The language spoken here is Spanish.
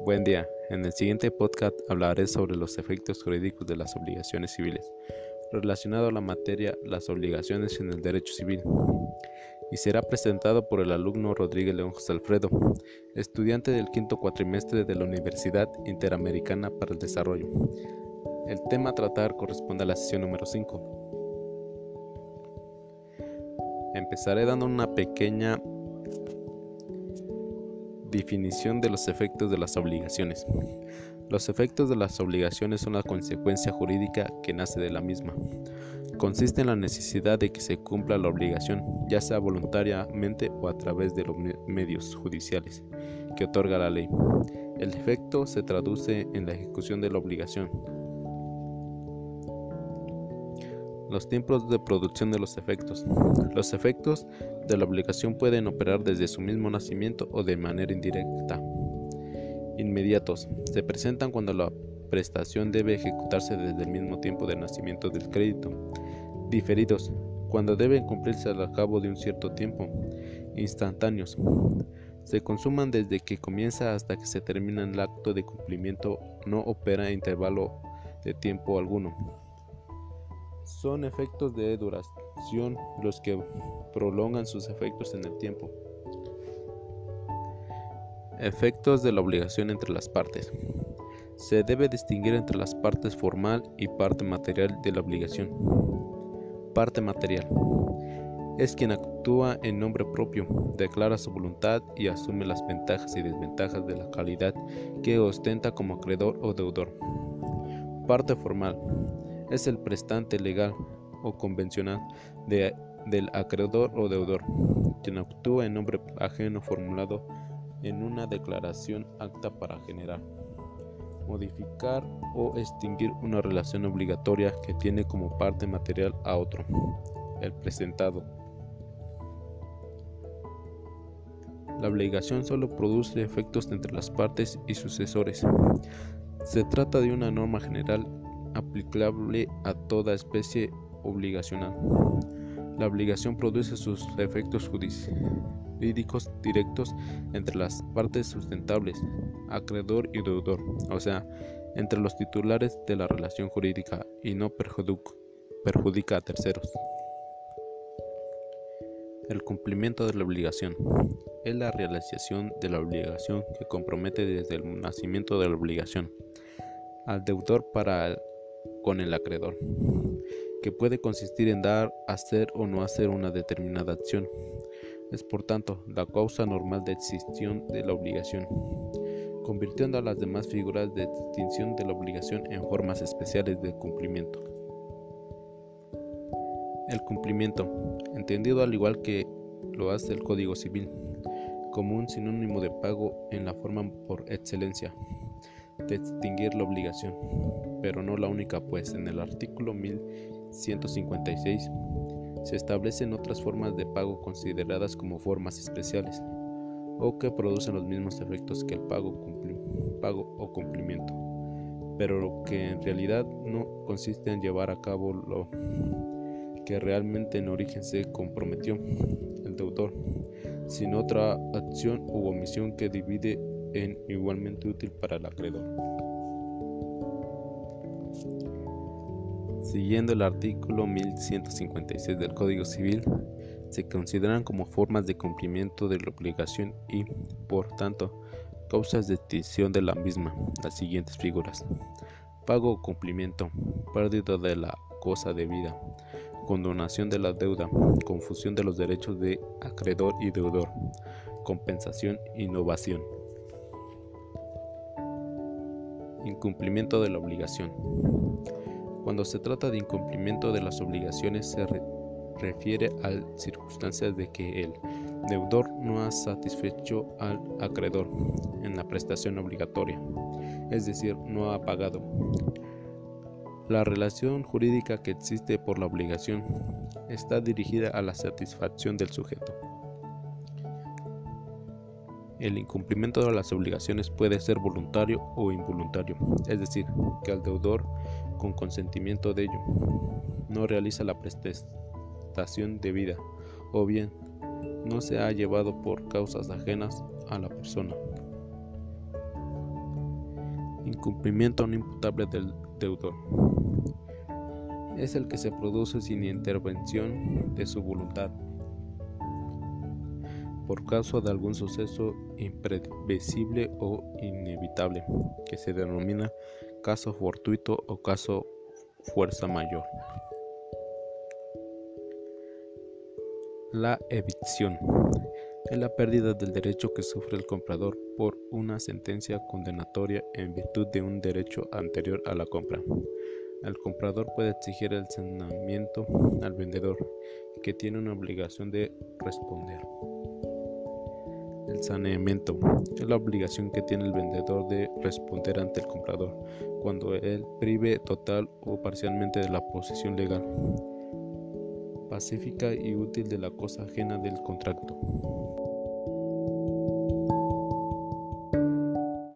Buen día. En el siguiente podcast hablaré sobre los efectos jurídicos de las obligaciones civiles, relacionado a la materia las obligaciones en el derecho civil, y será presentado por el alumno Rodríguez León José Alfredo, estudiante del quinto cuatrimestre de la Universidad Interamericana para el Desarrollo. El tema a tratar corresponde a la sesión número 5. Empezaré dando una pequeña definición de los efectos de las obligaciones. Los efectos de las obligaciones son la consecuencia jurídica que nace de la misma. Consiste en la necesidad de que se cumpla la obligación, ya sea voluntariamente o a través de los medios judiciales que otorga la ley. El efecto se traduce en la ejecución de la obligación. Los tiempos de producción de los efectos. Los efectos de la obligación pueden operar desde su mismo nacimiento o de manera indirecta. Inmediatos. Se presentan cuando la prestación debe ejecutarse desde el mismo tiempo del nacimiento del crédito. Diferidos. Cuando deben cumplirse al cabo de un cierto tiempo. Instantáneos. Se consuman desde que comienza hasta que se termina el acto de cumplimiento, no opera intervalo de tiempo alguno. Son efectos de duración los que prolongan sus efectos en el tiempo. Efectos de la obligación entre las partes. Se debe distinguir entre las partes formal y parte material de la obligación. Parte material es quien actúa en nombre propio, declara su voluntad y asume las ventajas y desventajas de la calidad que ostenta como acreedor o deudor. Parte formal es el prestante legal o convencional del acreedor o deudor, quien actúa en nombre ajeno formulado en una declaración apta para generar, modificar o extinguir una relación obligatoria que tiene como parte material a otro, el presentado. La obligación solo produce efectos entre las partes y sucesores. Se trata de una norma general aplicable a toda especie obligacional. La obligación produce sus efectos jurídicos directos entre las partes sustentables, acreedor y deudor, o sea, entre los titulares de la relación jurídica, y no perjudica a terceros. El cumplimiento de la obligación es la realización de la obligación que compromete desde el nacimiento de la obligación al deudor con el acreedor, que puede consistir en dar, hacer o no hacer una determinada acción. Es por tanto la causa normal de extinción de la obligación, convirtiendo a las demás figuras de extinción de la obligación en formas especiales de cumplimiento. El cumplimiento, entendido al igual que lo hace el Código Civil, como un sinónimo de pago en la forma por excelencia de extinguir la obligación, pero no la única, pues en el artículo 1156 se establecen otras formas de pago consideradas como formas especiales o que producen los mismos efectos que el pago o cumplimiento, pero que en realidad no consiste en llevar a cabo lo que realmente en origen se comprometió el deudor, sino otra acción u omisión que divide en igualmente útil para el acreedor. Siguiendo el artículo 1156 del Código Civil, se consideran como formas de cumplimiento de la obligación y, por tanto, causas de extinción de la misma las siguientes figuras: pago o cumplimiento, pérdida de la cosa debida, condonación de la deuda, confusión de los derechos de acreedor y deudor, compensación y novación. Incumplimiento de la obligación. Cuando se trata de incumplimiento de las obligaciones se refiere a circunstancias de que el deudor no ha satisfecho al acreedor en la prestación obligatoria, es decir, no ha pagado. La relación jurídica que existe por la obligación está dirigida a la satisfacción del sujeto. El incumplimiento de las obligaciones puede ser voluntario o involuntario, es decir, que el deudor, con consentimiento de ello, no realiza la prestación debida, o bien no se ha llevado por causas ajenas a la persona. Incumplimiento no imputable del deudor. Es el que se produce sin intervención de su voluntad, por causa de algún suceso imprevisible o inevitable, que se denomina caso fortuito o caso fuerza mayor. La evicción es la pérdida del derecho que sufre el comprador por una sentencia condenatoria en virtud de un derecho anterior a la compra. El comprador puede exigir el saneamiento al vendedor, que tiene una obligación de responder. El saneamiento es la obligación que tiene el vendedor de responder ante el comprador cuando él prive total o parcialmente de la posesión legal, pacífica y útil de la cosa ajena del contrato.